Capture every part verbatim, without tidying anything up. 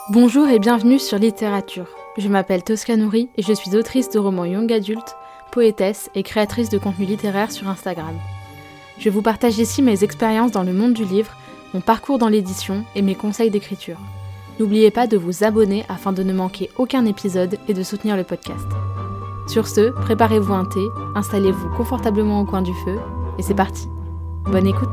Bonjour et bienvenue sur Littérature. Je m'appelle Tosca Nouri et je suis autrice de romans young adulte, poétesse et créatrice de contenu littéraire sur Instagram. Je vous partage ici mes expériences dans le monde du livre, mon parcours dans l'édition et mes conseils d'écriture. N'oubliez pas de vous abonner afin de ne manquer aucun épisode et de soutenir le podcast. Sur ce, préparez-vous un thé, installez-vous confortablement au coin du feu et c'est parti. Bonne écoute!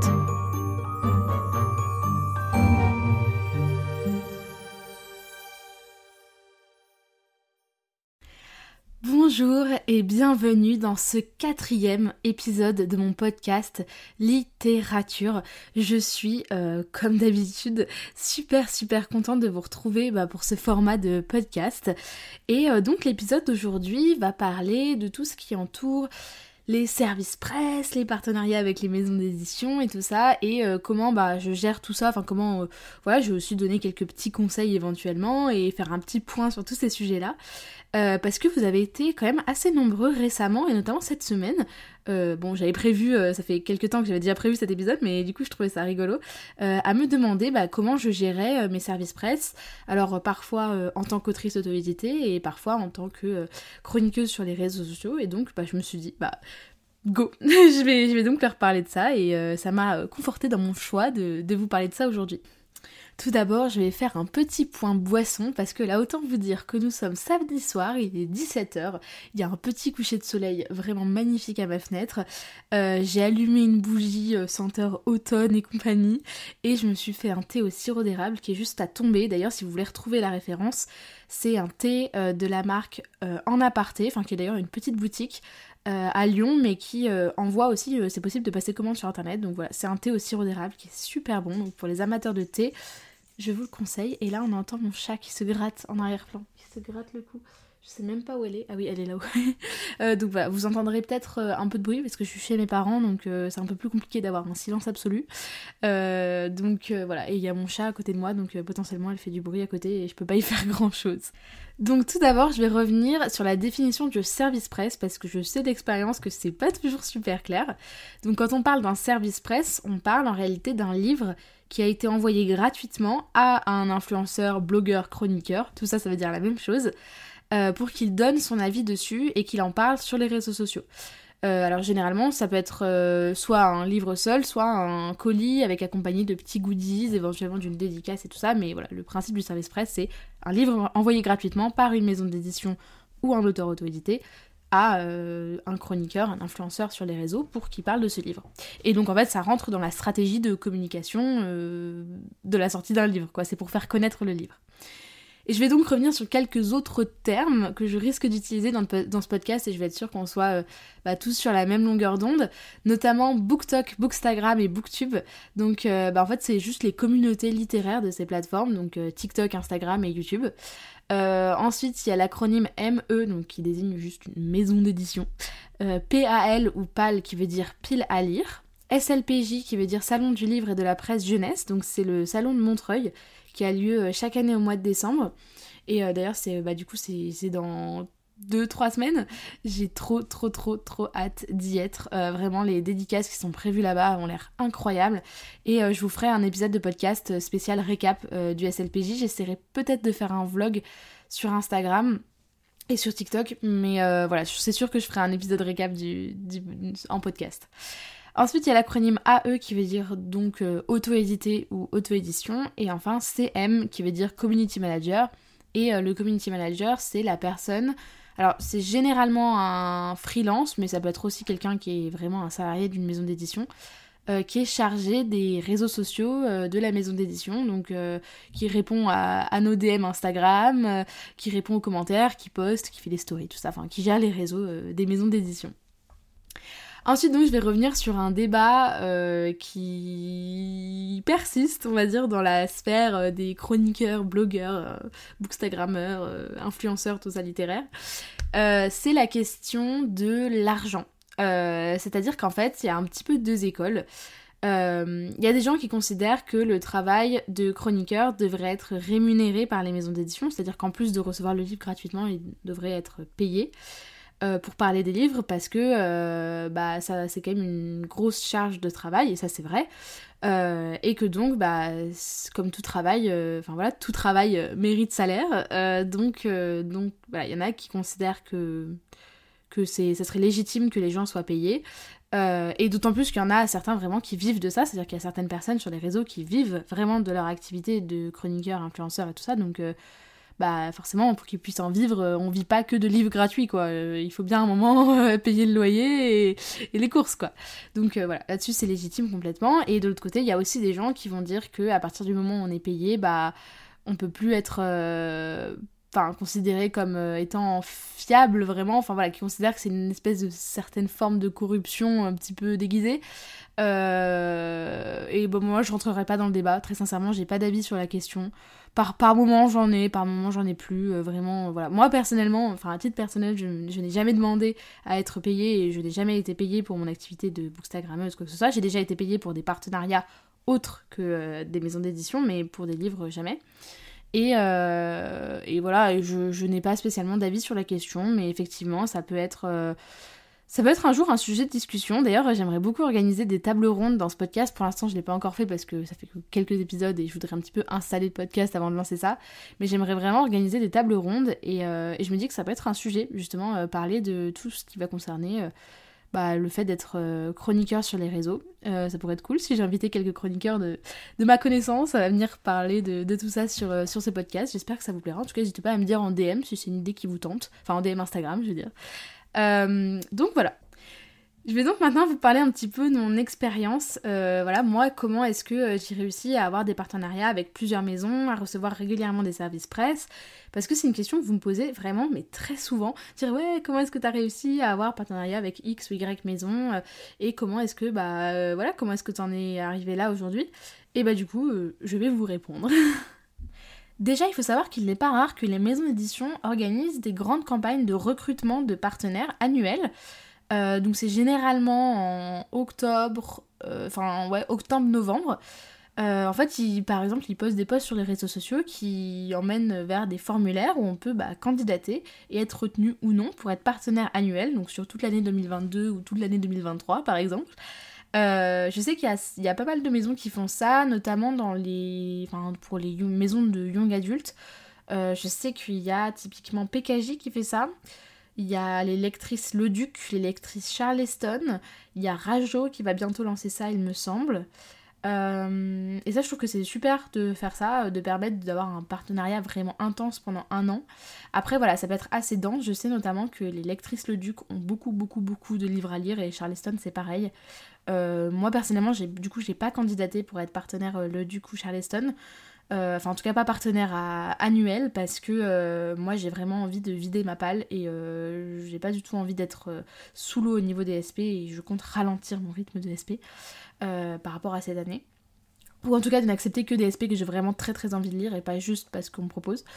Bonjour et bienvenue dans ce quatrième épisode de mon podcast Littérature. Je suis, euh, comme d'habitude, super super contente de vous retrouver bah, pour ce format de podcast. Et euh, donc l'épisode d'aujourd'hui va parler de tout ce qui entoure les services presse, les partenariats avec les maisons d'édition et tout ça, et euh, comment bah je gère tout ça, enfin comment, euh, voilà, je vais aussi donner quelques petits conseils éventuellement et faire un petit point sur tous ces sujets-là, euh, parce que vous avez été quand même assez nombreux récemment, et notamment cette semaine. Euh, bon, j'avais prévu, euh, ça fait quelques temps que j'avais déjà prévu cet épisode, mais du coup je trouvais ça rigolo, euh, à me demander bah, comment je gérais euh, mes services presse, alors euh, parfois euh, en tant qu'autrice auto-éditée, et parfois en tant que euh, chroniqueuse sur les réseaux sociaux, et donc bah, je me suis dit, bah go, je, vais, je vais donc leur parler de ça, et euh, ça m'a confortée dans mon choix de, de vous parler de ça aujourd'hui. Tout d'abord, je vais faire un petit point boisson, parce que là, autant vous dire que nous sommes samedi soir, il est dix-sept heures, il y a un petit coucher de soleil vraiment magnifique à ma fenêtre, euh, j'ai allumé une bougie euh, senteur automne et compagnie, et je me suis fait un thé au sirop d'érable qui est juste à tomber. D'ailleurs, si vous voulez retrouver la référence, c'est un thé euh, de la marque euh, En Aparté, enfin qui est d'ailleurs une petite boutique, Euh, à Lyon, mais qui euh, envoie aussi, euh, c'est possible de passer commande sur internet, donc voilà, c'est un thé au sirop d'érable qui est super bon, donc pour les amateurs de thé, je vous le conseille. Et là on entend mon chat qui se gratte en arrière-plan, qui se gratte le cou, je sais même pas où elle est, ah oui elle est là-haut. euh, donc voilà, vous entendrez peut-être euh, un peu de bruit parce que je suis chez mes parents, donc euh, c'est un peu plus compliqué d'avoir un silence absolu, euh, donc euh, voilà, et il y a mon chat à côté de moi, donc euh, potentiellement elle fait du bruit à côté et je peux pas y faire grand chose. Donc tout d'abord, je vais revenir sur la définition du service presse, parce que je sais d'expérience que c'est pas toujours super clair. Donc quand on parle d'un service presse, on parle en réalité d'un livre qui a été envoyé gratuitement à un influenceur, blogueur, chroniqueur, tout ça ça veut dire la même chose, euh, pour qu'il donne son avis dessus et qu'il en parle sur les réseaux sociaux. Euh, alors généralement ça peut être euh, soit un livre seul, soit un colis avec accompagné de petits goodies, éventuellement d'une dédicace et tout ça, mais voilà, le principe du service presse c'est un livre envoyé gratuitement par une maison d'édition ou un auteur auto-édité à euh, un chroniqueur, un influenceur sur les réseaux pour qu'il parle de ce livre. Et donc en fait ça rentre dans la stratégie de communication euh, de la sortie d'un livre, quoi, c'est pour faire connaître le livre. Et je vais donc revenir sur quelques autres termes que je risque d'utiliser dans, le, dans ce podcast, et je vais être sûre qu'on soit euh, bah, tous sur la même longueur d'onde, notamment BookTok, Bookstagram et Booktube. Donc euh, bah, en fait c'est juste les communautés littéraires de ces plateformes, donc euh, TikTok, Instagram et YouTube. Euh, ensuite il y a l'acronyme M E, donc qui désigne juste une maison d'édition, euh, P A L ou P A L qui veut dire pile à lire, S L P J qui veut dire Salon du livre et de la presse jeunesse, donc c'est le salon de Montreuil qui a lieu chaque année au mois de décembre, et euh, d'ailleurs c'est bah du coup c'est, c'est dans deux trois semaines, j'ai trop trop trop trop hâte d'y être, euh, vraiment les dédicaces qui sont prévues là-bas ont l'air incroyables, et euh, je vous ferai un épisode de podcast spécial récap euh, du S L P J, j'essaierai peut-être de faire un vlog sur Instagram et sur TikTok, mais euh, voilà, c'est sûr que je ferai un épisode récap du, du, en podcast. Ensuite, il y a l'acronyme A E qui veut dire donc euh, auto-édité ou auto-édition. Et enfin, C M qui veut dire Community Manager. Et euh, le Community Manager, c'est la personne... Alors, c'est généralement un freelance, mais ça peut être aussi quelqu'un qui est vraiment un salarié d'une maison d'édition, euh, qui est chargé des réseaux sociaux euh, de la maison d'édition. Donc, euh, qui répond à, à nos D M Instagram, euh, qui répond aux commentaires, qui poste, qui fait des stories, tout ça. Enfin, qui gère les réseaux euh, des maisons d'édition. Ensuite, donc, je vais revenir sur un débat euh, qui persiste, on va dire, dans la sphère euh, des chroniqueurs, blogueurs, euh, bookstagrammeurs, euh, influenceurs, tout ça littéraire. Euh, c'est la question de l'argent. Euh, c'est-à-dire qu'en fait, il y a un petit peu deux écoles. Il euh, y a des gens qui considèrent que le travail de chroniqueur devrait être rémunéré par les maisons d'édition, c'est-à-dire qu'en plus de recevoir le livre gratuitement, il devrait être payé. euh, pour parler des livres parce que euh, bah, ça, c'est quand même une grosse charge de travail, et ça c'est vrai. Euh, et que donc, bah, comme tout travail, enfin euh, voilà, tout travail euh, mérite salaire. Euh, donc, euh, donc voilà, il y en a qui considèrent que, que c'est, ça serait légitime que les gens soient payés. Euh, et d'autant plus qu'il y en a certains vraiment qui vivent de ça, c'est-à-dire qu'il y a certaines personnes sur les réseaux qui vivent vraiment de leur activité de chroniqueur, influenceur et tout ça, donc euh, bah forcément pour qu'ils puissent en vivre, euh, on vit pas que de livres gratuits quoi, euh, il faut bien un moment euh, payer le loyer et, et les courses quoi. Donc euh, voilà, là-dessus c'est légitime complètement. Et de l'autre côté, il y a aussi des gens qui vont dire que à partir du moment où on est payé, bah on peut plus être euh, enfin considéré comme euh, étant fiable vraiment, enfin voilà, qui considèrent que c'est une espèce de certaine forme de corruption un petit peu déguisée. Euh, et bon, moi je rentrerai pas dans le débat, très sincèrement, j'ai pas d'avis sur la question. Par, par moment j'en ai, par moment j'en ai plus, euh, vraiment, euh, voilà. Moi personnellement, enfin à titre personnel, je, je n'ai jamais demandé à être payée et je n'ai jamais été payée pour mon activité de bookstagrammeuse, quoi que ce soit. J'ai déjà été payée pour des partenariats autres que euh, des maisons d'édition, mais pour des livres, jamais. Et, euh, et voilà, je, je n'ai pas spécialement d'avis sur la question, mais effectivement, ça peut être... Euh, Ça peut être un jour un sujet de discussion. D'ailleurs, j'aimerais beaucoup organiser des tables rondes dans ce podcast. Pour l'instant, je ne l'ai pas encore fait parce que ça fait que quelques épisodes et je voudrais un petit peu installer le podcast avant de lancer ça. Mais j'aimerais vraiment organiser des tables rondes et, euh, et je me dis que ça peut être un sujet, justement, euh, parler de tout ce qui va concerner euh, bah, le fait d'être euh, chroniqueur sur les réseaux. Euh, ça pourrait être cool si j'invitais quelques chroniqueurs de, de ma connaissance à venir parler de, de tout ça sur, euh, sur ce podcast. J'espère que ça vous plaira. En tout cas, n'hésitez pas à me dire en D M si c'est une idée qui vous tente. Enfin, en D M Instagram, je veux dire. Euh, donc voilà. Je vais donc maintenant vous parler un petit peu de mon expérience. Euh, voilà, moi, comment est-ce que euh, j'ai réussi à avoir des partenariats avec plusieurs maisons, à recevoir régulièrement des services presse, parce que c'est une question que vous me posez vraiment, mais très souvent. Dire ouais, comment est-ce que tu as réussi à avoir partenariat avec X ou Y maison, euh, et comment est-ce que bah euh, voilà, comment est-ce que t'en es arrivé là aujourd'hui? Et bah du coup, euh, je vais vous répondre. Déjà, il faut savoir qu'il n'est pas rare que les maisons d'édition organisent des grandes campagnes de recrutement de partenaires annuelles. Euh, donc c'est généralement en octobre, euh, enfin ouais, octobre-novembre. Euh, en fait, ils, par exemple, ils postent des posts sur les réseaux sociaux qui emmènent vers des formulaires où on peut bah, candidater et être retenu ou non pour être partenaire annuel, donc sur toute l'année deux mille vingt-deux ou toute l'année deux mille vingt-trois par exemple. Euh, je sais qu'il y a, il y a pas mal de maisons qui font ça, notamment dans les, enfin, pour les young, maisons de young adultes. Euh, je sais qu'il y a typiquement P K J qui fait ça. Il y a les lectrices Le Duc, les lectrices Charleston. Il y a Rajo qui va bientôt lancer ça, il me semble. Euh, et ça, je trouve que c'est super de faire ça, de permettre d'avoir un partenariat vraiment intense pendant un an. Après, voilà, ça peut être assez dense. Je sais notamment que les lectrices Le Duc ont beaucoup, beaucoup, beaucoup de livres à lire et Charleston, c'est pareil. Euh, moi, personnellement, j'ai, du coup, j'ai pas candidaté pour être partenaire euh, Le Duc ou Charleston. Euh, enfin, en tout cas, pas partenaire à, annuel parce que euh, moi, j'ai vraiment envie de vider ma palle et euh, j'ai pas du tout envie d'être euh, sous l'eau au niveau des S P et je compte ralentir mon rythme de S P. Euh, par rapport à cette année. Ou en tout cas de n'accepter que des S P que j'ai vraiment très très envie de lire et pas juste parce qu'on me propose.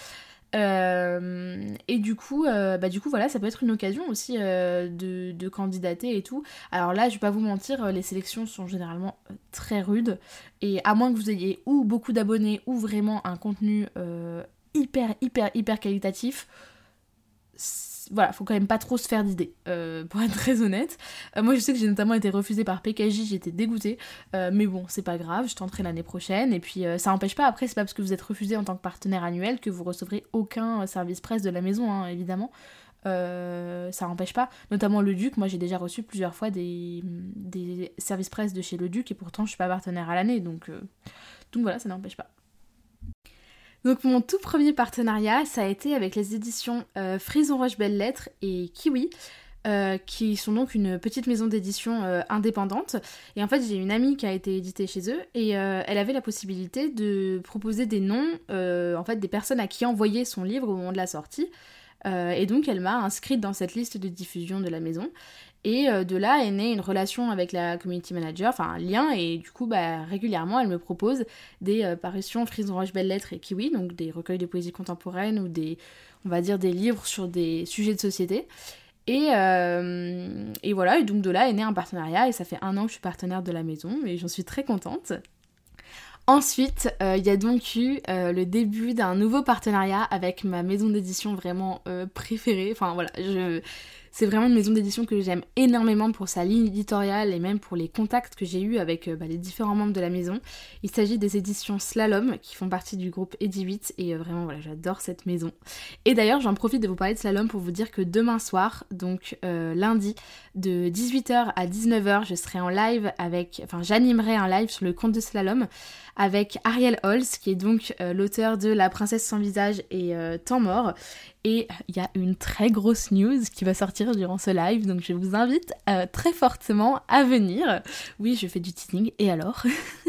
Euh, et du coup, euh, bah du coup voilà, ça peut être une occasion aussi euh, de, de candidater et tout. Alors là, je vais pas vous mentir, les sélections sont généralement très rudes et à moins que vous ayez ou beaucoup d'abonnés ou vraiment un contenu euh, hyper hyper hyper qualitatif, voilà, faut quand même pas trop se faire d'idées, euh, pour être très honnête. Euh, moi, je sais que j'ai notamment été refusée par P K J, j'étais dégoûtée, euh, mais bon, c'est pas grave, je tenterai l'année prochaine, et puis euh, ça n'empêche pas, après, c'est pas parce que vous êtes refusé en tant que partenaire annuel que vous recevrez aucun service presse de la maison, hein, évidemment. Euh, ça n'empêche pas, notamment Le Duc, moi j'ai déjà reçu plusieurs fois des, des services presse de chez Le Duc, et pourtant je suis pas partenaire à l'année, donc, euh, donc voilà, ça n'empêche pas. Donc mon tout premier partenariat, ça a été avec les éditions euh, Frison Roche Belles Lettres et Kiwi, euh, qui sont donc une petite maison d'édition euh, indépendante. Et en fait, j'ai une amie qui a été éditée chez eux et euh, elle avait la possibilité de proposer des noms, euh, en fait, des personnes à qui envoyer son livre au moment de la sortie. Euh, et donc elle m'a inscrite dans cette liste de diffusion de la maison. Et euh, de là est née une relation avec la community manager, enfin un lien, et du coup bah, régulièrement elle me propose des euh, parutions Frison Roche Belles Lettres et Kiwi, donc des recueils de poésie contemporaine ou des, on va dire des livres sur des sujets de société. Et, euh, et voilà, et donc de là est né un partenariat, et ça fait un an que je suis partenaire de la maison, et j'en suis très contente. Ensuite, il euh, y a donc eu euh, le début d'un nouveau partenariat avec ma maison d'édition vraiment euh, préférée. Enfin voilà, je... C'est vraiment une maison d'édition que j'aime énormément pour sa ligne éditoriale et même pour les contacts que j'ai eus avec euh, bah, les différents membres de la maison. Il s'agit des éditions Slalom qui font partie du groupe Edi huit et euh, vraiment voilà, j'adore cette maison. Et d'ailleurs j'en profite de vous parler de Slalom pour vous dire que demain soir, donc euh, lundi, de dix-huit heures à dix-neuf heures, je serai en live avec, enfin j'animerai un live sur le compte de Slalom avec Ariel Holz qui est donc euh, l'auteur de La princesse sans visage et euh, Temps mort. Et il y a une très grosse news qui va sortir durant ce live, donc je vous invite euh, très fortement à venir. Oui, je fais du teasing, et alors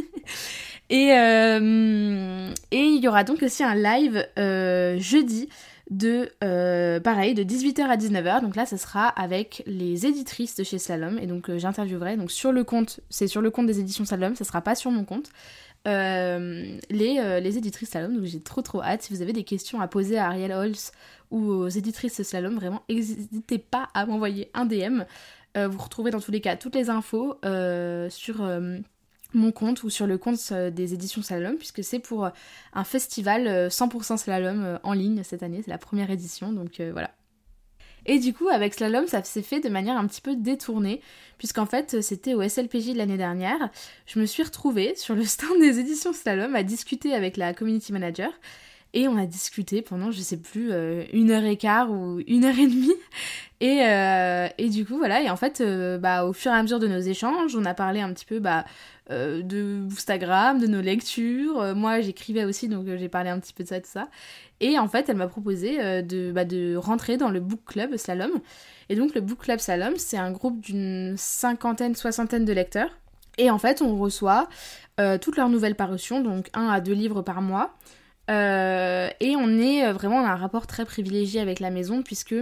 Et euh, et il y aura donc aussi un live euh, jeudi de euh, pareil de dix-huit heures à dix-neuf heures. Donc là, ça sera avec les éditrices de chez Slalom et donc euh, j'interviewerai donc sur le compte, c'est sur le compte des éditions Slalom, ça sera pas sur mon compte. Euh, les, euh, les éditrices Slalom, donc j'ai trop trop hâte. Si vous avez des questions à poser à Ariel Holz ou aux éditrices Slalom, vraiment n'hésitez pas à m'envoyer un D M. Euh, vous retrouvez dans tous les cas toutes les infos euh, sur euh, mon compte ou sur le compte euh, des éditions Slalom, puisque c'est pour euh, un festival euh, cent pour cent Slalom euh, en ligne cette année, c'est la première édition, donc euh, voilà. Et du coup, avec Slalom, ça s'est fait de manière un petit peu détournée, puisqu'en fait, c'était au S L P J de l'année dernière. Je me suis retrouvée sur le stand des éditions Slalom à discuter avec la community manager, et on a discuté pendant, je sais plus, euh, une heure et quart ou une heure et demie. Et, euh, et du coup, voilà, et en fait, euh, bah, au fur et à mesure de nos échanges, on a parlé un petit peu bah, euh, de Instagram, de nos lectures. Euh, moi, j'écrivais aussi, donc euh, j'ai parlé un petit peu de ça, tout ça. Et en fait, elle m'a proposé euh, de, bah, de rentrer dans le Book Club Slalom. Et donc, le Book Club Slalom, c'est un groupe d'une cinquantaine, soixantaine de lecteurs. Et en fait, on reçoit euh, toutes leurs nouvelles parutions, donc un à deux livres par mois. Euh, et on est vraiment on a un rapport très privilégié avec la maison, puisque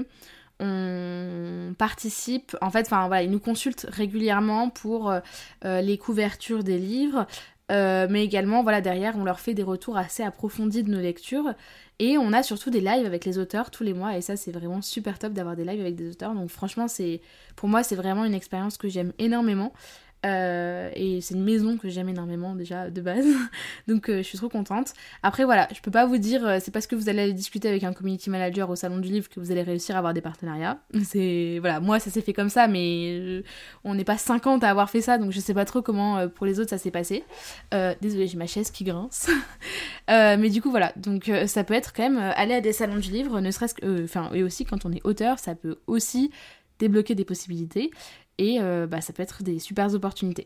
on participe, en fait, enfin voilà, ils nous consultent régulièrement pour euh, les couvertures des livres, euh, mais également, voilà, derrière, on leur fait des retours assez approfondis de nos lectures, et on a surtout des lives avec les auteurs tous les mois, et ça, c'est vraiment super top d'avoir des lives avec des auteurs, donc franchement, c'est, pour moi, c'est vraiment une expérience que j'aime énormément. Euh, et c'est une maison que j'aime énormément déjà de base, donc euh, je suis trop contente. Après voilà, je peux pas vous dire euh, c'est parce que vous allez aller discuter avec un community manager au salon du livre que vous allez réussir à avoir des partenariats. C'est voilà, moi ça s'est fait comme ça, mais euh, on n'est pas cinquante à avoir fait ça, donc je sais pas trop comment euh, pour les autres ça s'est passé. Euh, désolée, j'ai ma chaise qui grince. euh, mais du coup voilà, donc euh, ça peut être quand même euh, aller à des salons du livre, ne serait-ce que, enfin euh, et aussi quand on est auteur, ça peut aussi débloquer des possibilités. Et euh, bah, ça peut être des super opportunités.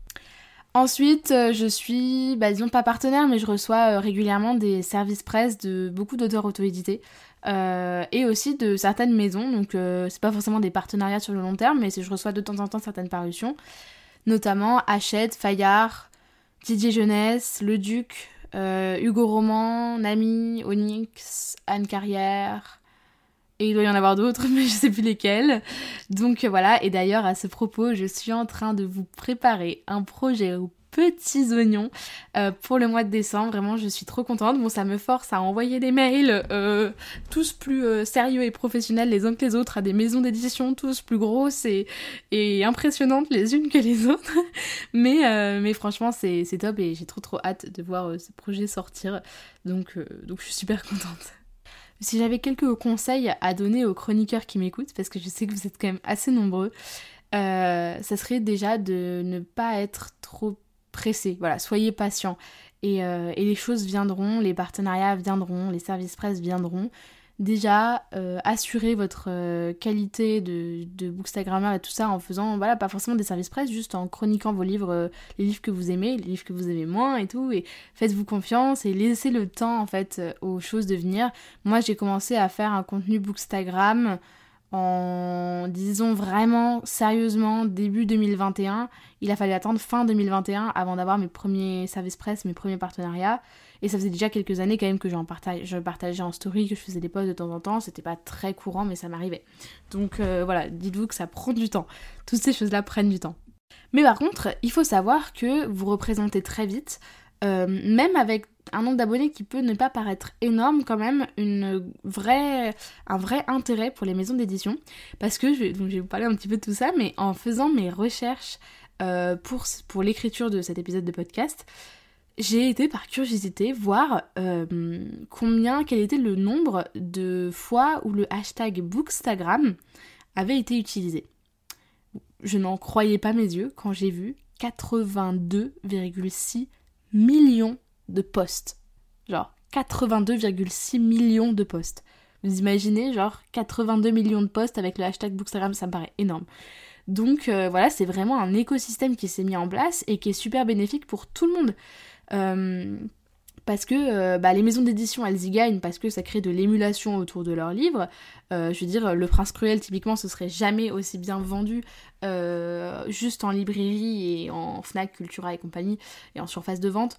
Ensuite, euh, je suis, bah, disons pas partenaire, mais je reçois euh, régulièrement des services presse de beaucoup d'auteurs auto-édités euh, et aussi de certaines maisons. Donc, euh, c'est pas forcément des partenariats sur le long terme, mais c'est, je reçois de temps en temps certaines parutions, notamment Hachette, Fayard, Didier Jeunesse, Le Duc, euh, Hugo Roman, Nami, Onyx, Anne Carrière. Et il doit y en avoir d'autres, mais je sais plus lesquels. Donc voilà, et d'ailleurs à ce propos, je suis en train de vous préparer un projet aux petits oignons euh, pour le mois de décembre. Vraiment, je suis trop contente. Bon, ça me force à envoyer des mails, euh, tous plus euh, sérieux et professionnels les uns que les autres, à des maisons d'édition, tous plus grosses et, et impressionnantes les unes que les autres. mais, euh, mais franchement, c'est, c'est top et j'ai trop trop hâte de voir euh, ce projet sortir. Donc, euh, donc je suis super contente. Si j'avais quelques conseils à donner aux chroniqueurs qui m'écoutent, parce que je sais que vous êtes quand même assez nombreux, euh, ça serait déjà de ne pas être trop pressé. Voilà, soyez patients. Et, euh, et les choses viendront, les partenariats viendront, les services presse viendront. Déjà, euh, assurez votre euh, qualité de, de bookstagrammeur et tout ça en faisant, voilà, pas forcément des services presse, juste en chroniquant vos livres, euh, les livres que vous aimez, les livres que vous aimez moins et tout, et faites-vous confiance et laissez le temps, en fait, euh, aux choses de venir. Moi, j'ai commencé à faire un contenu bookstagram en, disons vraiment, sérieusement, début deux mille vingt et un. Il a fallu attendre fin deux mille vingt et un avant d'avoir mes premiers services presse, mes premiers partenariats. Et ça faisait déjà quelques années quand même que j'en partage, je partageais en story, que je faisais des posts de temps en temps. C'était pas très courant, mais ça m'arrivait. Donc euh, voilà, dites-vous que ça prend du temps. Toutes ces choses-là prennent du temps. Mais par contre, il faut savoir que vous représentez très vite, euh, même avec un nombre d'abonnés qui peut ne pas paraître énorme, quand même une vraie, un vrai intérêt pour les maisons d'édition. Parce que, je vais, donc je vais vous parler un petit peu de tout ça, mais en faisant mes recherches euh, pour, pour l'écriture de cet épisode de podcast, j'ai été par curiosité voir euh, combien, quel était le nombre de fois où le hashtag Bookstagram avait été utilisé. Je n'en croyais pas mes yeux quand j'ai vu quatre-vingt-deux virgule six millions de posts. Genre quatre-vingt-deux virgule six millions de posts. Vous imaginez, genre quatre-vingt-deux millions de posts avec le hashtag Bookstagram, ça me paraît énorme. Donc euh, voilà, c'est vraiment un écosystème qui s'est mis en place et qui est super bénéfique pour tout le monde. Euh, parce que euh, bah, les maisons d'édition, elles y gagnent parce que ça crée de l'émulation autour de leurs livres. Euh, je veux dire, Le Prince Cruel, typiquement, ce serait jamais aussi bien vendu euh, juste en librairie et en Fnac, Cultura et compagnie, et en surface de vente,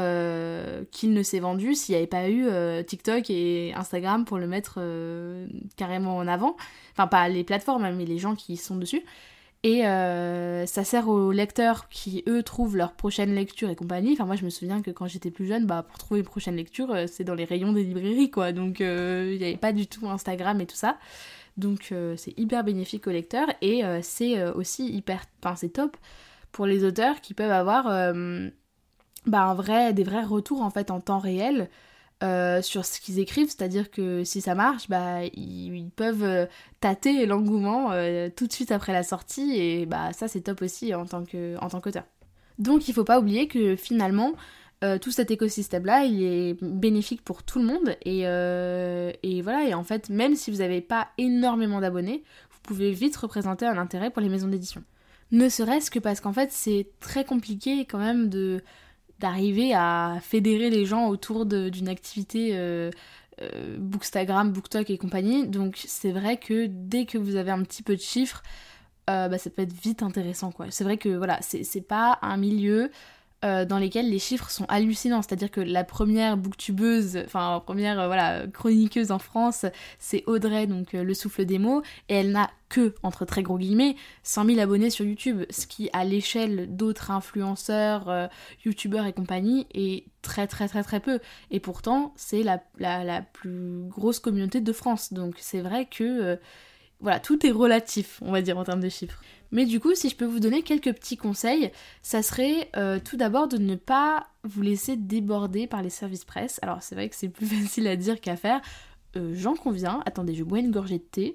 euh, qu'il ne s'est vendu s'il n'y avait pas eu euh, TikTok et Instagram pour le mettre euh, carrément en avant. Enfin, pas les plateformes, mais les gens qui sont dessus. Et euh, ça sert aux lecteurs qui, eux, trouvent leur prochaine lecture et compagnie. Enfin, moi, je me souviens que quand j'étais plus jeune, bah, pour trouver une prochaine lecture, euh, c'est dans les rayons des librairies, quoi. Donc, il euh, n'y avait pas du tout Instagram et tout ça. Donc, euh, c'est hyper bénéfique aux lecteurs. Et euh, c'est euh, aussi hyper... Enfin, c'est top pour les auteurs qui peuvent avoir euh, bah, un vrai, des vrais retours, en fait, en temps réel. Euh, sur ce qu'ils écrivent, c'est-à-dire que si ça marche, bah, ils, ils peuvent euh, tâter l'engouement euh, tout de suite après la sortie, et bah, ça c'est top aussi en tant que, en tant qu'auteur. Donc il faut pas oublier que finalement, euh, tout cet écosystème-là, il est bénéfique pour tout le monde, et, euh, et voilà, et en fait, même si vous n'avez pas énormément d'abonnés, vous pouvez vite représenter un intérêt pour les maisons d'édition. Ne serait-ce que parce qu'en fait, c'est très compliqué quand même de... d'arriver à fédérer les gens autour de, d'une activité euh, euh, Bookstagram, BookTok et compagnie. Donc c'est vrai que dès que vous avez un petit peu de chiffres, euh, bah, ça peut être vite intéressant, quoi. C'est vrai que voilà, c'est, c'est pas un milieu euh, dans lequel les chiffres sont hallucinants. C'est-à-dire que la première booktubeuse, enfin la première euh, voilà, chroniqueuse en France, c'est Audrey, donc euh, Le Souffle des mots, et elle n'a que, entre très gros guillemets, cent mille abonnés sur YouTube, ce qui, à l'échelle d'autres influenceurs, euh, youtubeurs et compagnie, est très très très très peu. Et pourtant, c'est la, la, la plus grosse communauté de France. Donc c'est vrai que, euh, voilà, tout est relatif, on va dire, en termes de chiffres. Mais du coup, si je peux vous donner quelques petits conseils, ça serait euh, tout d'abord de ne pas vous laisser déborder par les services presse. Alors c'est vrai que c'est plus facile à dire qu'à faire, euh, j'en conviens. Attendez, je bois une gorgée de thé.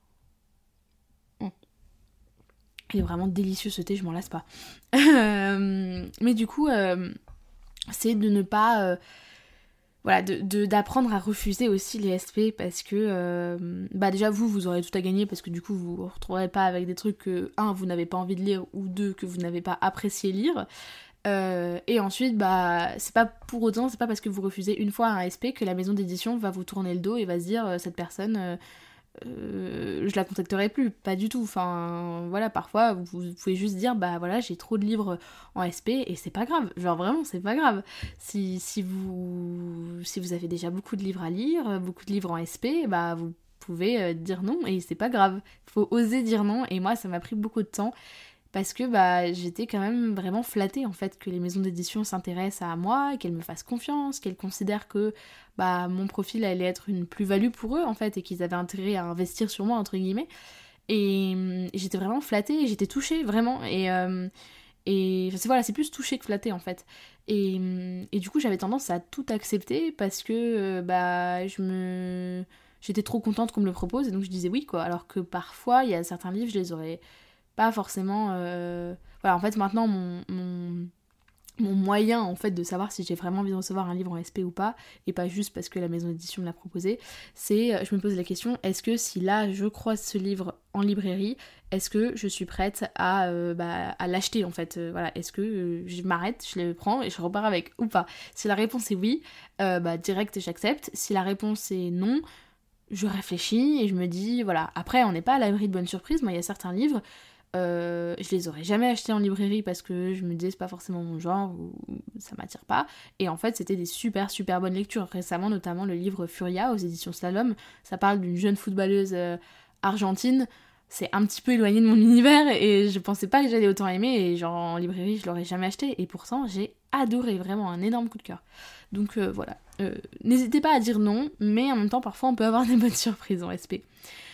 Il est vraiment délicieux ce thé, je m'en lasse pas. euh, mais du coup, euh, c'est de ne pas... Euh, voilà, de, de, d'apprendre à refuser aussi les S P parce que... Euh, bah déjà, vous, vous aurez tout à gagner parce que du coup, vous vous retrouverez pas avec des trucs que, un, vous n'avez pas envie de lire, ou deux, que vous n'avez pas apprécié lire. Euh, et ensuite, bah, c'est pas pour autant, c'est pas parce que vous refusez une fois un S P que la maison d'édition va vous tourner le dos et va se dire, euh, cette personne... Euh, Euh, je la contacterai plus, pas du tout. Enfin, voilà, parfois vous, vous pouvez juste dire, bah voilà, j'ai trop de livres en S P et c'est pas grave. Genre vraiment, c'est pas grave. Si, si, vous, si vous avez déjà beaucoup de livres à lire, beaucoup de livres en S P, bah vous pouvez euh, dire non et c'est pas grave. Faut oser dire non et moi, ça m'a pris beaucoup de temps. Parce que bah, j'étais quand même vraiment flattée en fait que les maisons d'édition s'intéressent à moi, qu'elles me fassent confiance, qu'elles considèrent que bah, mon profil allait être une plus-value pour eux en fait et qu'ils avaient intérêt à investir sur moi entre guillemets. Et, et j'étais vraiment flattée, j'étais touchée vraiment. Et, euh, et enfin, c'est, voilà, c'est plus touchée que flattée en fait. Et, et du coup j'avais tendance à tout accepter parce que euh, bah, je me... j'étais trop contente qu'on me le propose et donc je disais oui quoi. Alors que parfois il y a certains livres, je les aurais... pas forcément... Euh... Voilà, en fait, maintenant, mon, mon, mon moyen, en fait, de savoir si j'ai vraiment envie de recevoir un livre en S P ou pas, et pas juste parce que la maison d'édition me l'a proposé, c'est, je me pose la question, est-ce que si là, je croise ce livre en librairie, est-ce que je suis prête à, euh, bah, à l'acheter, en fait euh, voilà, est-ce que euh, je m'arrête, je le prends et je repars avec, ou pas? Si la réponse est oui, euh, bah, direct, j'accepte. Si la réponse est non, je réfléchis et je me dis, voilà, après, on n'est pas à l'abri de bonnes surprises. Moi, il y a certains livres... Euh, je les aurais jamais achetés en librairie parce que je me disais c'est pas forcément mon genre ou ça m'attire pas, et en fait c'était des super super bonnes lectures. Récemment notamment le livre Furia aux éditions Slalom, ça parle d'une jeune footballeuse euh, argentine. C'est un petit peu éloigné de mon univers et je pensais pas que j'allais autant aimer, et genre en librairie je l'aurais jamais acheté, et pourtant j'ai adoré, vraiment un énorme coup de cœur. Donc euh, voilà, euh, n'hésitez pas à dire non, mais en même temps parfois on peut avoir des bonnes surprises en S P.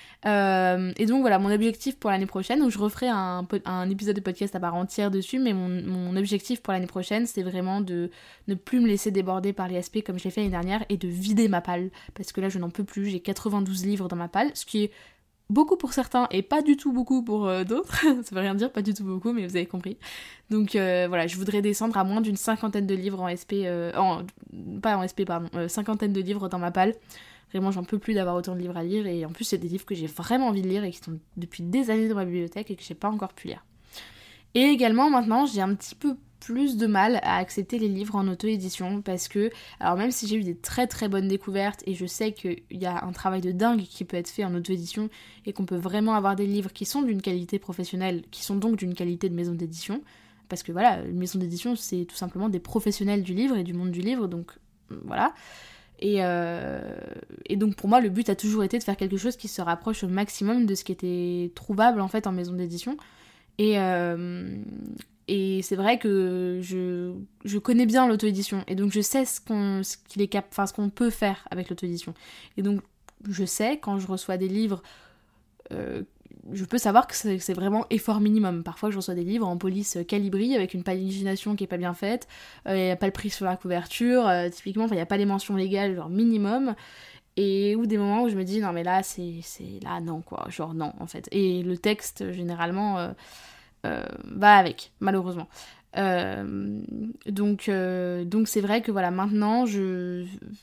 Euh, et donc voilà, mon objectif pour l'année prochaine, où je referai un, un épisode de podcast à part entière dessus, mais mon, mon objectif pour l'année prochaine, c'est vraiment de ne plus me laisser déborder par les S P comme je l'ai fait l'année dernière, et de vider ma palle, parce que là je n'en peux plus. J'ai quatre-vingt-douze livres dans ma palle, ce qui est beaucoup pour certains et pas du tout beaucoup pour euh, d'autres. Ça veut rien dire, pas du tout beaucoup, mais vous avez compris. Donc euh, voilà, je voudrais descendre à moins d'une cinquantaine de livres en S P, euh, en, pas en S P, pardon, euh, cinquantaine de livres dans ma palle. Vraiment, j'en peux plus d'avoir autant de livres à lire, et en plus, c'est des livres que j'ai vraiment envie de lire et qui sont depuis des années dans ma bibliothèque et que j'ai pas encore pu lire. Et également, maintenant, j'ai un petit peu plus de mal à accepter les livres en auto-édition parce que, alors même si j'ai eu des très très bonnes découvertes et je sais qu'il y a un travail de dingue qui peut être fait en auto-édition et qu'on peut vraiment avoir des livres qui sont d'une qualité professionnelle, qui sont donc d'une qualité de maison d'édition, parce que voilà, une maison d'édition c'est tout simplement des professionnels du livre et du monde du livre, donc voilà. Et, euh, et donc pour moi le but a toujours été de faire quelque chose qui se rapproche au maximum de ce qui était trouvable en fait en maison d'édition. Et, euh, et c'est vrai que je, je connais bien l'auto-édition et donc je sais ce qu'on, ce qu'il est cap, enfin, ce qu'on peut faire avec l'auto-édition. Et donc je sais quand je reçois des livres, euh, je peux savoir que c'est, c'est vraiment effort minimum. Parfois je reçois des livres en police Calibri avec une pagination qui est pas bien faite, il euh, n'y a pas le prix sur la couverture, euh, typiquement, il n'y a pas les mentions légales, genre minimum. Et ou des moments où je me dis non mais là c'est, c'est là non quoi, genre non en fait. Et le texte généralement euh, euh, va avec, malheureusement. Euh, donc, euh, donc c'est vrai que voilà, maintenant je,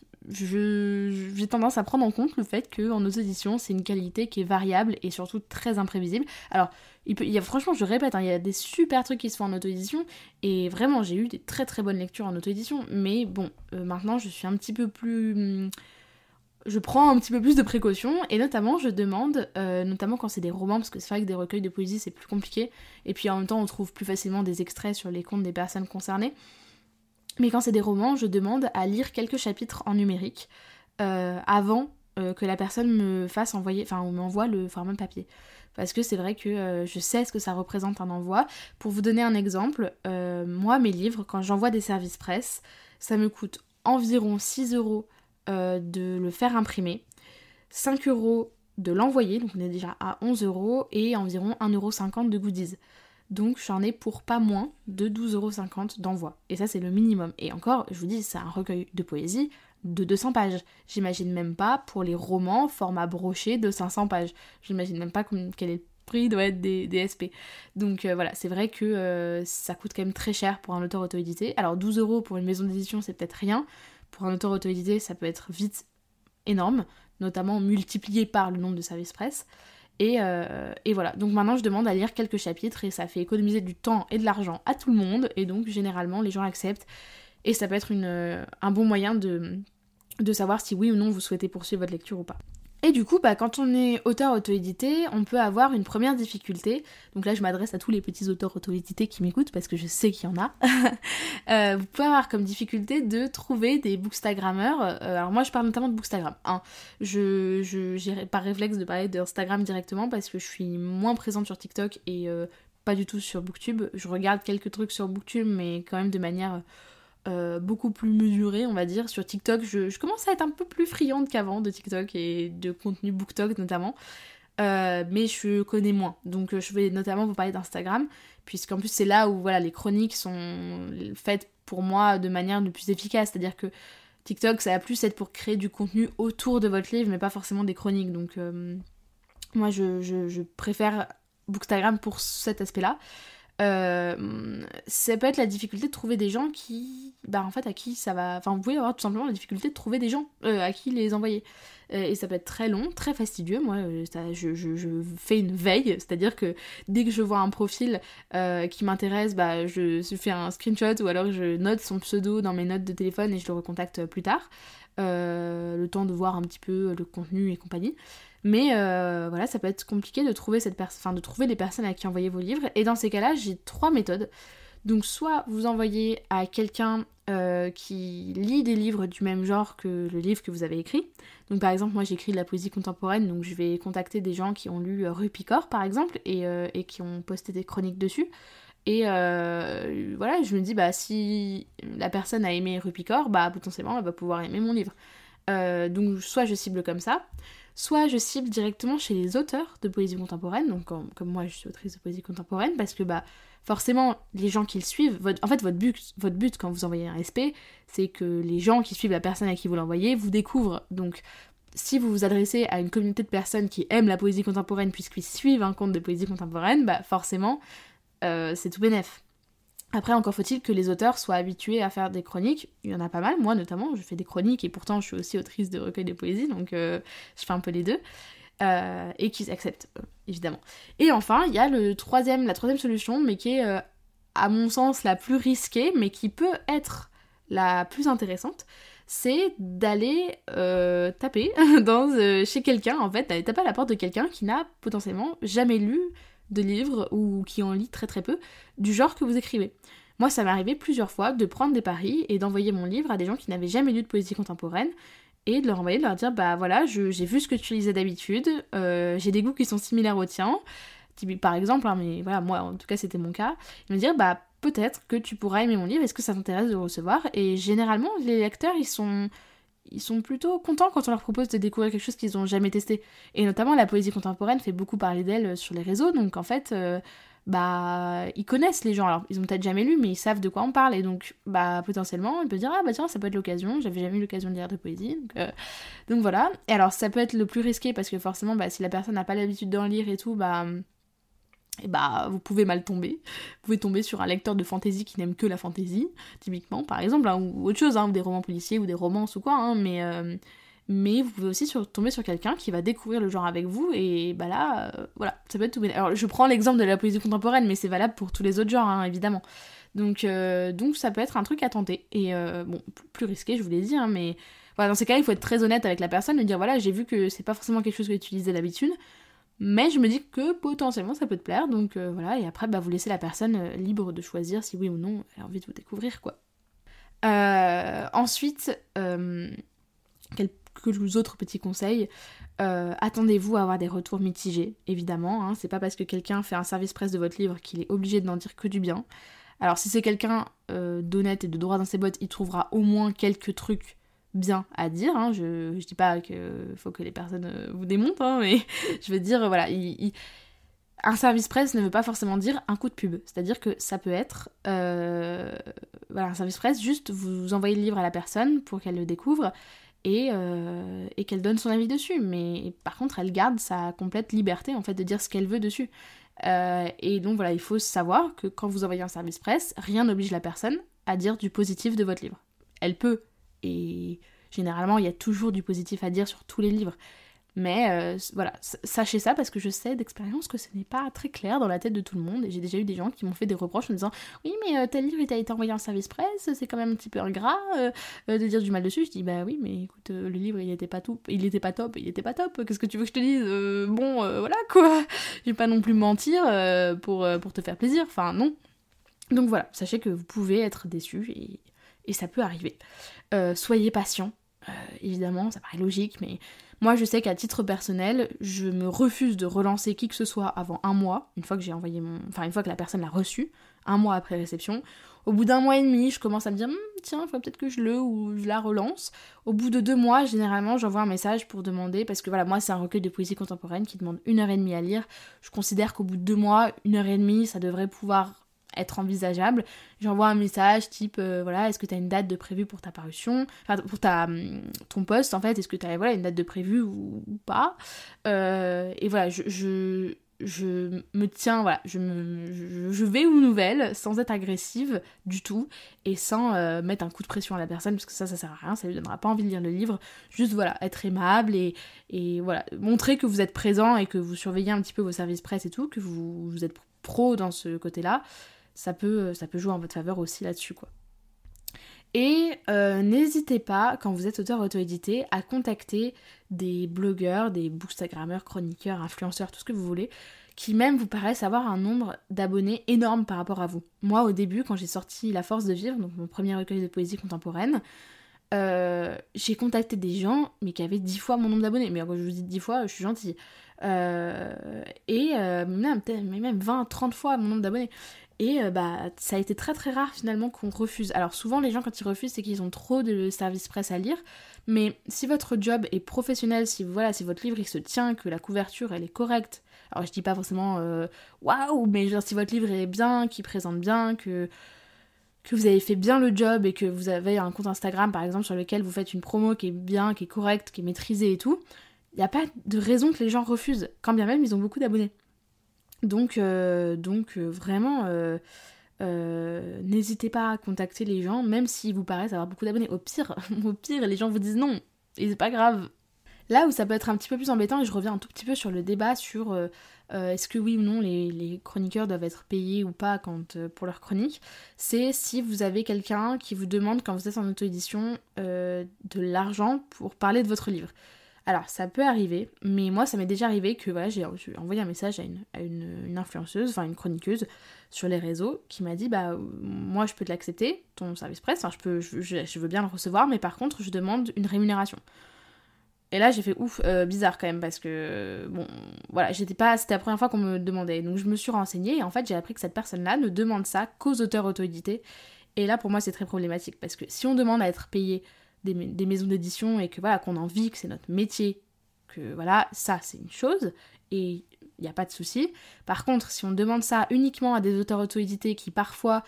je, j'ai tendance à prendre en compte le fait qu'en auto-édition c'est une qualité qui est variable et surtout très imprévisible. Alors il, peut, il y a, franchement je répète, hein, il y a des super trucs qui se font en auto-édition et vraiment j'ai eu des très très bonnes lectures en auto-édition, mais bon euh, maintenant je suis un petit peu plus... Hum, je prends un petit peu plus de précautions, et notamment je demande, euh, notamment quand c'est des romans, parce que c'est vrai que des recueils de poésie c'est plus compliqué, et puis en même temps on trouve plus facilement des extraits sur les comptes des personnes concernées, mais quand c'est des romans, je demande à lire quelques chapitres en numérique, euh, avant euh, que la personne me fasse envoyer, enfin ou m'envoie le format papier. Parce que c'est vrai que euh, je sais ce que ça représente un envoi. Pour vous donner un exemple, euh, moi mes livres, quand j'envoie des services presse, ça me coûte environ six euros Euh, de le faire imprimer, cinq euros de l'envoyer, donc on est déjà à onze euros, et environ un euro cinquante de goodies. Donc j'en ai pour pas moins de douze euros cinquante d'envoi. Et ça c'est le minimum. Et encore, je vous dis, c'est un recueil de poésie de deux cents pages. J'imagine même pas pour les romans format broché de cinq cents pages. J'imagine même pas quel est le prix doit être des, des S P. Donc euh, voilà, c'est vrai que euh, ça coûte quand même très cher pour un auteur auto-édité. Alors douze euros pour une maison d'édition c'est peut-être rien. Pour un auteur auto-édité, ça peut être vite énorme, notamment multiplié par le nombre de services presse. Et, euh, et voilà, donc maintenant je demande à lire quelques chapitres et ça fait économiser du temps et de l'argent à tout le monde, et donc généralement les gens acceptent. Et ça peut être une, un bon moyen de, de savoir si oui ou non vous souhaitez poursuivre votre lecture ou pas. Et du coup, bah, quand on est auteur auto-édité, on peut avoir une première difficulté. Donc là, je m'adresse à tous les petits auteurs auto-édités qui m'écoutent, parce que je sais qu'il y en a. euh, vous pouvez avoir comme difficulté de trouver des bookstagrammeurs. Euh, alors moi, je parle notamment de bookstagram. Hein. Je, je, j'ai par réflexe de parler d'Instagram directement, parce que je suis moins présente sur TikTok et euh, pas du tout sur Booktube. Je regarde quelques trucs sur Booktube, mais quand même de manière... Euh, beaucoup plus mesurée, on va dire. Sur TikTok, je, je commence à être un peu plus friande qu'avant de TikTok et de contenu BookTok notamment, euh, mais je connais moins. Donc je vais notamment vous parler d'Instagram, puisqu'en plus c'est là où voilà, les chroniques sont faites pour moi de manière le plus efficace, c'est-à-dire que TikTok ça va plus être pour créer du contenu autour de votre livre, mais pas forcément des chroniques. Donc euh, moi je, je, je préfère Bookstagram pour cet aspect-là. Euh, ça peut être la difficulté de trouver des gens qui, bah en fait à qui ça va, enfin vous pouvez avoir tout simplement la difficulté de trouver des gens euh, à qui les envoyer, euh, et ça peut être très long, très fastidieux. Moi euh, ça, je, je, je fais une veille, c'est-à-dire que dès que je vois un profil euh, qui m'intéresse, bah je, je fais un screenshot ou alors je note son pseudo dans mes notes de téléphone et je le recontacte plus tard, euh, le temps de voir un petit peu le contenu et compagnie. Mais euh, voilà, ça peut être compliqué de trouver cette pers- enfin, de trouver les personnes à qui envoyer vos livres. Et dans ces cas-là, j'ai trois méthodes. Donc soit vous envoyez à quelqu'un euh, qui lit des livres du même genre que le livre que vous avez écrit. Donc par exemple, moi j'écris de la poésie contemporaine, donc je vais contacter des gens qui ont lu Rue Picor par exemple, et, euh, et qui ont posté des chroniques dessus. Et euh, voilà, je me dis, bah si la personne a aimé Rue Picor, bah potentiellement elle va pouvoir aimer mon livre. Euh, donc soit je cible comme ça, soit je cible directement chez les auteurs de poésie contemporaine, donc comme, comme moi je suis autrice de poésie contemporaine, parce que bah forcément les gens qui le suivent, votre, en fait votre but, votre but quand vous envoyez un S P, c'est que les gens qui suivent la personne à qui vous l'envoyez vous découvrent, donc si vous vous adressez à une communauté de personnes qui aiment la poésie contemporaine puisqu'ils suivent un compte de poésie contemporaine, bah forcément, euh, c'est tout bénef. Après, encore faut-il que les auteurs soient habitués à faire des chroniques. Il y en a pas mal, moi notamment, je fais des chroniques et pourtant je suis aussi autrice de recueils de poésie, donc euh, je fais un peu les deux. Euh, et qu'ils acceptent, euh, évidemment. Et enfin, il y a le troisième, la troisième solution, mais qui est, euh, à mon sens, la plus risquée, mais qui peut être la plus intéressante, c'est d'aller euh, taper dans, euh, chez quelqu'un, en fait, d'aller taper à la porte de quelqu'un qui n'a potentiellement jamais lu de livres ou qui en lit très très peu, du genre que vous écrivez. Moi, ça m'est arrivé plusieurs fois de prendre des paris et d'envoyer mon livre à des gens qui n'avaient jamais lu de poésie contemporaine et de leur envoyer, de leur dire, bah voilà, je, j'ai vu ce que tu lisais d'habitude, euh, j'ai des goûts qui sont similaires aux tiens, par exemple, hein, mais voilà, moi, en tout cas, c'était mon cas, et me dire, bah peut-être que tu pourras aimer mon livre, est-ce que ça t'intéresse de le recevoir? Et généralement, les lecteurs, ils sont... ils sont plutôt contents quand on leur propose de découvrir quelque chose qu'ils n'ont jamais testé. Et notamment, la poésie contemporaine fait beaucoup parler d'elle sur les réseaux, donc en fait, euh, bah, ils connaissent les gens. Alors, ils ont peut-être jamais lu, mais ils savent de quoi on parle, et donc, bah, potentiellement, ils peuvent dire, ah bah tiens, ça peut être l'occasion, j'avais jamais eu l'occasion de lire de poésie, donc, euh, donc voilà. Et alors, ça peut être le plus risqué, parce que forcément, bah, si la personne n'a pas l'habitude d'en lire et tout, bah... et bah vous pouvez mal tomber. Vous pouvez tomber sur un lecteur de fantasy qui n'aime que la fantasy, typiquement, par exemple, hein, ou autre chose, hein, ou des romans policiers, ou des romances ou quoi, hein, mais, euh, mais vous pouvez aussi sur, tomber sur quelqu'un qui va découvrir le genre avec vous, et bah là, euh, voilà, ça peut être tout bien. Alors je prends l'exemple de la poésie contemporaine, mais c'est valable pour tous les autres genres, hein, évidemment. Donc, euh, donc ça peut être un truc à tenter, et euh, bon, plus risqué, je vous l'ai dit, hein, mais voilà, dans ces cas-là, il faut être très honnête avec la personne, et dire, voilà, j'ai vu que c'est pas forcément quelque chose que tu lisais d'habitude, mais je me dis que potentiellement ça peut te plaire, donc euh, voilà, et après bah, vous laissez la personne euh, libre de choisir si oui ou non elle a envie de vous découvrir, quoi. Euh, ensuite, euh, quelques autres petits conseils. Euh, attendez-vous à avoir des retours mitigés, évidemment, hein. C'est pas parce que quelqu'un fait un service presse de votre livre qu'il est obligé de n'en dire que du bien. Alors si c'est quelqu'un euh, d'honnête et de droit dans ses bottes, il trouvera au moins quelques trucs bien à dire, hein. je, je dis pas qu'il faut que les personnes euh, vous démontent, hein, mais je veux dire, voilà, il, il... un service presse ne veut pas forcément dire un coup de pub, c'est-à-dire que ça peut être, euh... voilà, un service presse, juste vous envoyez le livre à la personne pour qu'elle le découvre, et, euh... et qu'elle donne son avis dessus, mais par contre elle garde sa complète liberté en fait de dire ce qu'elle veut dessus. Euh, et donc voilà, il faut savoir que quand vous envoyez un service presse, rien n'oblige la personne à dire du positif de votre livre. Elle peut, et généralement il y a toujours du positif à dire sur tous les livres, mais euh, voilà, sachez ça parce que je sais d'expérience que ce n'est pas très clair dans la tête de tout le monde, et j'ai déjà eu des gens qui m'ont fait des reproches en disant oui mais euh, tel livre il a été envoyé en service presse, c'est quand même un petit peu ingrat euh, euh, de dire du mal dessus. Je dis bah oui mais écoute, euh, le livre il était pas tout, il était pas top, il était pas top, qu'est-ce que tu veux que je te dise, euh, bon euh, voilà quoi, je vais pas non plus mentir euh, pour, euh, pour te faire plaisir, enfin non. Donc voilà, sachez que vous pouvez être déçus et, et ça peut arriver. Euh, soyez patient, euh, évidemment, ça paraît logique, mais moi je sais qu'à titre personnel, je me refuse de relancer qui que ce soit avant un mois, une fois que j'ai envoyé mon... Enfin, une fois que la personne l'a reçu, un mois après réception. Au bout d'un mois et demi, je commence à me dire hm, tiens, il faut peut-être que je le ou je la relance. Au bout de deux mois, généralement, j'envoie un message pour demander, parce que voilà, moi c'est un recueil de poésie contemporaine qui demande une heure et demie à lire. Je considère qu'au bout de deux mois, une heure et demie, ça devrait pouvoir être envisageable. J'envoie un message type euh, voilà, est-ce que tu as une date de prévue pour ta parution, enfin pour ta, ton post en fait, est-ce que tu as voilà, une date de prévue ou, ou pas, euh, et voilà, je, je, je me tiens, voilà, je, me, je, je vais aux nouvelles sans être agressive du tout et sans euh, mettre un coup de pression à la personne parce que ça, ça sert à rien, ça lui donnera pas envie de lire le livre, juste voilà, être aimable et, et voilà, montrer que vous êtes présent et que vous surveillez un petit peu vos services presse et tout, que vous, vous êtes pro dans ce côté-là. Ça peut, ça peut jouer en votre faveur aussi là-dessus, quoi. Et euh, n'hésitez pas, quand vous êtes auteur auto-édité, à contacter des blogueurs, des bookstagrammeurs, chroniqueurs, influenceurs, tout ce que vous voulez, qui même vous paraissent avoir un nombre d'abonnés énorme par rapport à vous. Moi, au début, quand j'ai sorti La Force de Vivre, donc mon premier recueil de poésie contemporaine, euh, j'ai contacté des gens, mais qui avaient dix fois mon nombre d'abonnés. Mais quand je vous dis dix fois, je suis gentille. Euh, et euh, même, même vingt, trente fois mon nombre d'abonnés. Et euh, bah ça a été très très rare finalement qu'on refuse. Alors souvent les gens quand ils refusent c'est qu'ils ont trop de services presse à lire, mais si votre job est professionnel, si voilà, si votre livre il se tient, que la couverture elle est correcte, alors je dis pas forcément waouh, wow, mais genre si votre livre est bien, qu'il présente bien, que que vous avez fait bien le job et que vous avez un compte Instagram par exemple sur lequel vous faites une promo qui est bien, qui est correcte, qui est maîtrisée et tout, il n'y a pas de raison que les gens refusent, quand bien même ils ont beaucoup d'abonnés. Donc, euh, donc euh, vraiment, euh, euh, n'hésitez pas à contacter les gens, même s'ils vous paraissent avoir beaucoup d'abonnés. Au pire, au pire, les gens vous disent non, et c'est pas grave. Là où ça peut être un petit peu plus embêtant, et je reviens un tout petit peu sur le débat sur euh, euh, est-ce que oui ou non les, les chroniqueurs doivent être payés ou pas quand, euh, pour leur chronique, c'est si vous avez quelqu'un qui vous demande quand vous êtes en auto-édition euh, de l'argent pour parler de votre livre. Alors ça peut arriver, mais moi ça m'est déjà arrivé que voilà, j'ai, j'ai envoyé un message à, une, à une, une influenceuse, enfin une chroniqueuse sur les réseaux qui m'a dit bah moi je peux te l'accepter, ton service presse, enfin je, peux, je, je, je veux bien le recevoir, mais par contre je demande une rémunération. Et là j'ai fait ouf, euh, bizarre quand même, parce que bon, voilà, j'étais pas, c'était la première fois qu'on me demandait, donc je me suis renseignée et en fait j'ai appris que cette personne-là ne demande ça qu'aux auteurs auto-édités. Et là pour moi c'est très problématique, parce que si on demande à être payé des, des maisons d'édition et que voilà, qu'on en vit, que c'est notre métier, que voilà, ça c'est une chose, et il n'y a pas de souci. Par contre, si on demande ça uniquement à des auteurs auto-édités qui parfois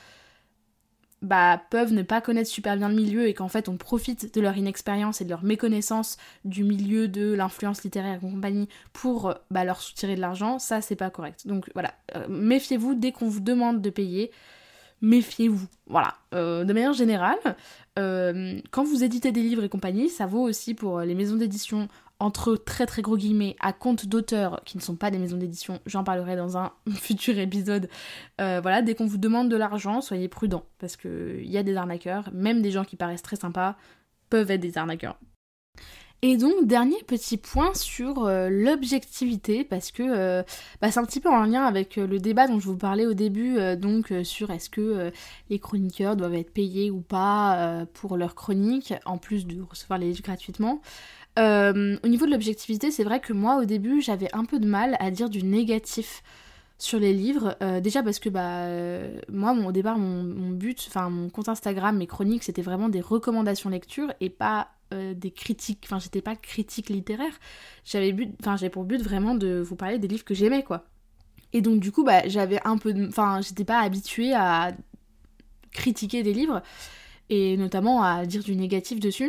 bah, peuvent ne pas connaître super bien le milieu et qu'en fait on profite de leur inexpérience et de leur méconnaissance du milieu de l'influence littéraire et compagnie pour bah, leur soutirer de l'argent, ça c'est pas correct. Donc voilà, euh, méfiez-vous dès qu'on vous demande de payer, méfiez-vous. Voilà, euh, de manière générale, euh, quand vous éditez des livres et compagnie, ça vaut aussi pour les maisons d'édition entre très très gros guillemets à compte d'auteurs qui ne sont pas des maisons d'édition, j'en parlerai dans un futur épisode. Euh, voilà, dès qu'on vous demande de l'argent, soyez prudents, parce qu'il y a des arnaqueurs, même des gens qui paraissent très sympas peuvent être des arnaqueurs. Et donc, dernier petit point sur euh, l'objectivité, parce que euh, bah, c'est un petit peu en lien avec euh, le débat dont je vous parlais au début, euh, donc euh, sur est-ce que euh, les chroniqueurs doivent être payés ou pas euh, pour leurs chroniques, en plus de recevoir les livres gratuitement. Euh, au niveau de l'objectivité, c'est vrai que moi, au début, j'avais un peu de mal à dire du négatif sur les livres, euh, déjà parce que bah euh, moi mon, au départ mon, mon but, enfin mon compte Instagram, mes chroniques, c'était vraiment des recommandations lecture et pas euh, des critiques, enfin j'étais pas critique littéraire, j'avais but, enfin j'avais pour but vraiment de vous parler des livres que j'aimais quoi. Et donc du coup bah j'avais un peu, enfin j'étais pas habituée à critiquer des livres et notamment à dire du négatif dessus.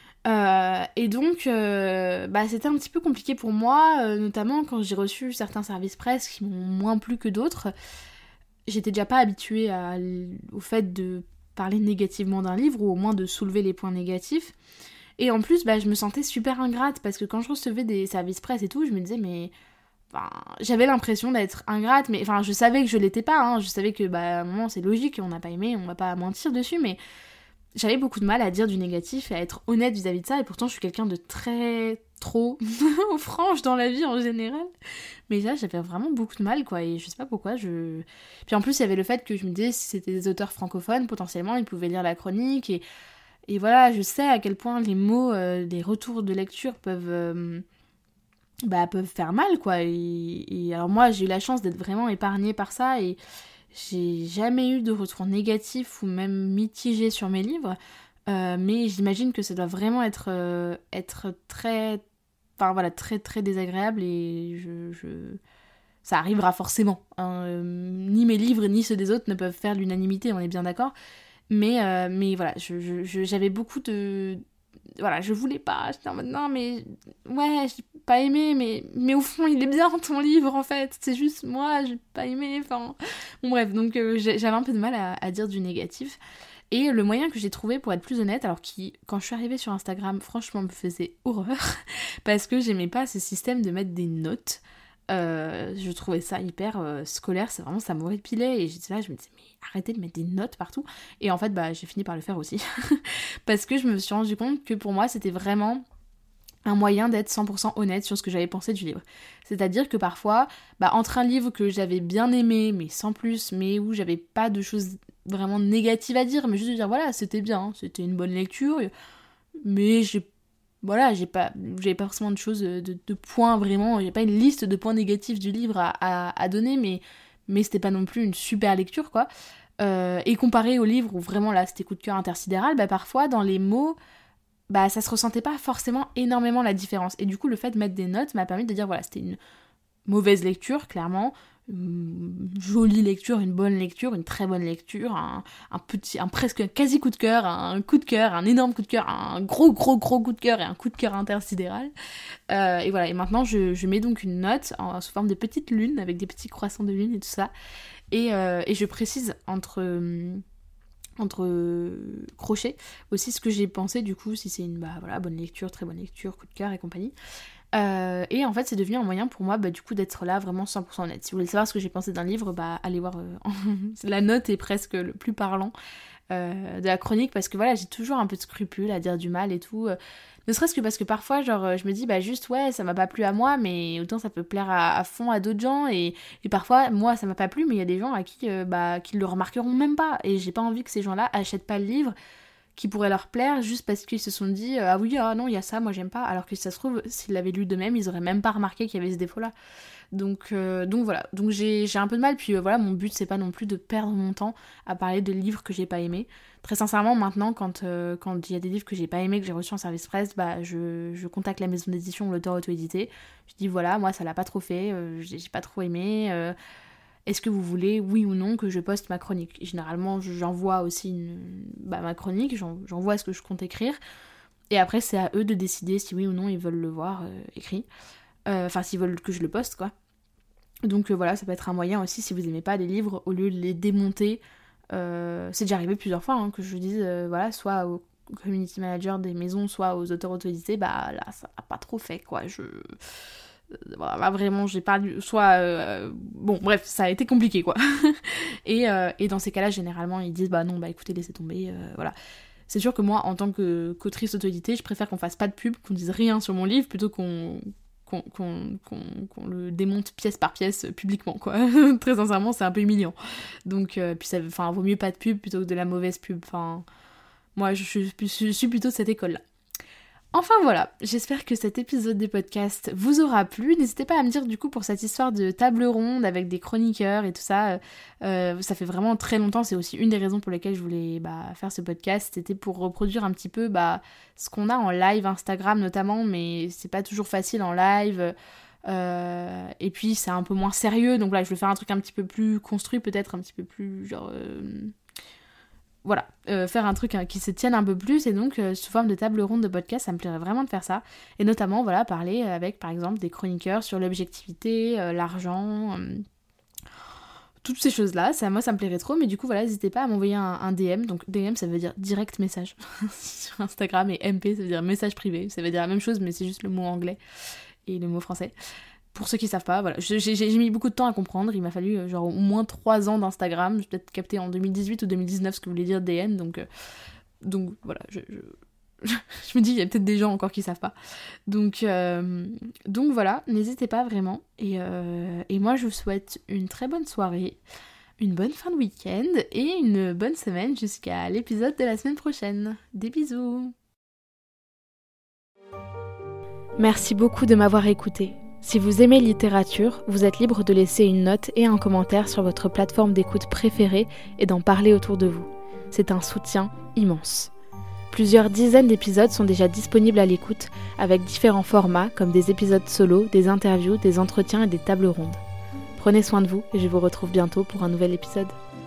Euh, et donc, euh, bah, c'était un petit peu compliqué pour moi, euh, notamment quand j'ai reçu certains services presse qui m'ont moins plu que d'autres. J'étais déjà pas habituée à, au fait de parler négativement d'un livre, ou au moins de soulever les points négatifs. Et en plus, bah, je me sentais super ingrate, parce que quand je recevais des services presse et tout, je me disais, mais... Enfin, j'avais l'impression d'être ingrate, mais enfin, je savais que je l'étais pas, hein. Je savais que, bah, à un moment, c'est logique, on n'a pas aimé, on va pas mentir dessus, mais... J'avais beaucoup de mal à dire du négatif et à être honnête vis-à-vis de ça, et pourtant je suis quelqu'un de très trop franche dans la vie en général. Mais là j'avais vraiment beaucoup de mal quoi, et je sais pas pourquoi. je... Puis en plus il y avait le fait que je me disais si c'était des auteurs francophones, potentiellement ils pouvaient lire la chronique, et, et voilà, je sais à quel point les mots, euh, les retours de lecture peuvent... Euh... Bah, peuvent faire mal quoi, et, et alors moi j'ai eu la chance d'être vraiment épargnée par ça, et j'ai jamais eu de retour négatif ou même mitigé sur mes livres, euh, mais j'imagine que ça doit vraiment être, euh, être très, enfin voilà, très très désagréable, et je, je... ça arrivera forcément. Hein. Euh, ni mes livres ni ceux des autres ne peuvent faire l'unanimité, on est bien d'accord. Mais, euh, mais voilà, je, je, je, j'avais beaucoup de... Voilà, je voulais pas, j'étais en mode non mais ouais, j'ai pas aimé, mais, mais au fond il est bien ton livre en fait, c'est juste moi, j'ai pas aimé, enfin... Bon bref, donc euh, j'avais un peu de mal à, à dire du négatif. Et le moyen que j'ai trouvé pour être plus honnête, alors qui, quand je suis arrivée sur Instagram, franchement me faisait horreur, parce que j'aimais pas ce système de mettre des notes. Euh, je trouvais ça hyper euh, scolaire, c'est vraiment, ça m'horripilait, et j'étais là, je me disais mais arrêtez de mettre des notes partout. Et en fait bah j'ai fini par le faire aussi, parce que je me suis rendu compte que pour moi c'était vraiment un moyen d'être cent pour cent honnête sur ce que j'avais pensé du livre. C'est-à-dire que parfois, bah, entre un livre que j'avais bien aimé, mais sans plus, mais où j'avais pas de choses vraiment négatives à dire, mais juste de dire voilà, c'était bien, c'était une bonne lecture, mais j'ai voilà, j'ai pas, j'avais pas forcément de choses, de, de points vraiment, j'ai pas une liste de points négatifs du livre à, à, à donner, mais, mais c'était pas non plus une super lecture, quoi. Euh, et comparé au livre où vraiment là c'était coup de cœur intersidéral, bah parfois dans les mots, bah ça se ressentait pas forcément énormément la différence. Et du coup, le fait de mettre des notes m'a permis de dire voilà, c'était une mauvaise lecture, clairement, une jolie lecture, une bonne lecture, une très bonne lecture, un, un petit, un presque un quasi coup de cœur, un coup de cœur, un énorme coup de cœur, un gros gros gros coup de cœur et un coup de cœur intersidéral. Euh, et voilà, et maintenant je, je mets donc une note en, sous forme de petites lunes, avec des petits croissants de lune et tout ça. Et, euh, et je précise entre... entre euh, crochets aussi ce que j'ai pensé du coup, si c'est une bah, voilà, bonne lecture, très bonne lecture, coup de cœur et compagnie. Euh, et en fait c'est devenu un moyen pour moi bah, du coup d'être là vraiment cent pour cent honnête. Si vous voulez savoir ce que j'ai pensé d'un livre, bah allez voir, euh, la note est presque le plus parlant euh, de la chronique, parce que voilà, j'ai toujours un peu de scrupule à dire du mal et tout, euh, ne serait-ce que parce que parfois genre je me dis bah juste ouais ça m'a pas plu à moi, mais autant ça peut plaire à, à fond à d'autres gens, et, et parfois moi ça m'a pas plu mais il y a des gens à qui euh, bah qui le remarqueront même pas, et j'ai pas envie que ces gens-là achètent pas le livre qui pourrait leur plaire juste parce qu'ils se sont dit ah oui ah non il y a ça moi j'aime pas, alors que si ça se trouve s'ils l'avaient lu d'eux-mêmes ils auraient même pas remarqué qu'il y avait ce défaut là. Donc, euh, donc voilà, donc j'ai, j'ai un peu de mal, puis euh, voilà, mon but c'est pas non plus de perdre mon temps à parler de livres que j'ai pas aimés. Très sincèrement maintenant quand euh, quand il y a des livres que j'ai pas aimés, que j'ai reçus en service presse, bah je, je contacte la maison d'édition ou l'auteur auto-édité, je dis voilà moi ça l'a pas trop fait, euh, j'ai, j'ai pas trop aimé, euh, est-ce que vous voulez oui ou non que je poste ma chronique. Et généralement j'envoie aussi une, bah, ma chronique, j'en, j'envoie ce que je compte écrire, et après c'est à eux de décider si oui ou non ils veulent le voir euh, écrit. Enfin, euh, s'ils veulent que je le poste, quoi. Donc euh, voilà, ça peut être un moyen aussi, si vous aimez pas les livres, au lieu de les démonter, euh, c'est déjà arrivé plusieurs fois hein, que je dise, euh, voilà, soit au community manager des maisons, soit aux auteurs auto-édités, bah là, ça a pas trop fait, quoi. Je... Voilà, bah, vraiment, j'ai pas dû... Soit... Euh... Bon, bref, ça a été compliqué, quoi. et, euh, et dans ces cas-là, généralement, ils disent, bah non, bah écoutez, laissez tomber, euh, voilà. C'est sûr que moi, en tant que qu'autrice auto-éditée, je préfère qu'on fasse pas de pub, qu'on dise rien sur mon livre, plutôt qu'on... Qu'on, qu'on, qu'on, qu'on le démonte pièce par pièce publiquement, quoi. Très sincèrement, c'est un peu humiliant. Donc, euh, puis ça, enfin, vaut mieux pas de pub plutôt que de la mauvaise pub. Enfin, moi, je, je, je suis plutôt de cette école-là. Enfin voilà, j'espère que cet épisode des podcasts vous aura plu. N'hésitez pas à me dire du coup pour cette histoire de table ronde avec des chroniqueurs et tout ça. Euh, ça fait vraiment très longtemps, c'est aussi une des raisons pour lesquelles je voulais bah, faire ce podcast. C'était pour reproduire un petit peu bah, ce qu'on a en live Instagram notamment, mais c'est pas toujours facile en live. Euh, et puis c'est un peu moins sérieux, donc là je vais faire un truc un petit peu plus construit, peut-être un petit peu plus genre... Euh... Voilà, euh, faire un truc hein, qui se tienne un peu plus, et donc euh, sous forme de table ronde de podcast, ça me plairait vraiment de faire ça. Et notamment, voilà, parler avec, par exemple, des chroniqueurs sur l'objectivité, euh, l'argent, euh, toutes ces choses-là. Ça, moi, ça me plairait trop, mais du coup, voilà, n'hésitez pas à m'envoyer un, un D M. Donc, D M, ça veut dire direct message sur Instagram, et M P, ça veut dire message privé. Ça veut dire la même chose, mais c'est juste le mot anglais et le mot français. Pour ceux qui savent pas, voilà, j'ai, j'ai, j'ai mis beaucoup de temps à comprendre, il m'a fallu euh, genre au moins trois ans d'Instagram, j'ai peut-être capté en deux mille dix-huit ou deux mille dix-neuf ce que voulait dire D M, donc, euh, donc voilà, je, je, je me dis, il y a peut-être des gens encore qui savent pas. Donc, euh, donc voilà, n'hésitez pas vraiment, et, euh, et moi je vous souhaite une très bonne soirée, une bonne fin de week-end, et une bonne semaine jusqu'à l'épisode de la semaine prochaine. Des bisous. Merci beaucoup de m'avoir écouté. Si vous aimez littérature, vous êtes libre de laisser une note et un commentaire sur votre plateforme d'écoute préférée et d'en parler autour de vous. C'est un soutien immense. Plusieurs dizaines d'épisodes sont déjà disponibles à l'écoute, avec différents formats comme des épisodes solo, des interviews, des entretiens et des tables rondes. Prenez soin de vous et je vous retrouve bientôt pour un nouvel épisode.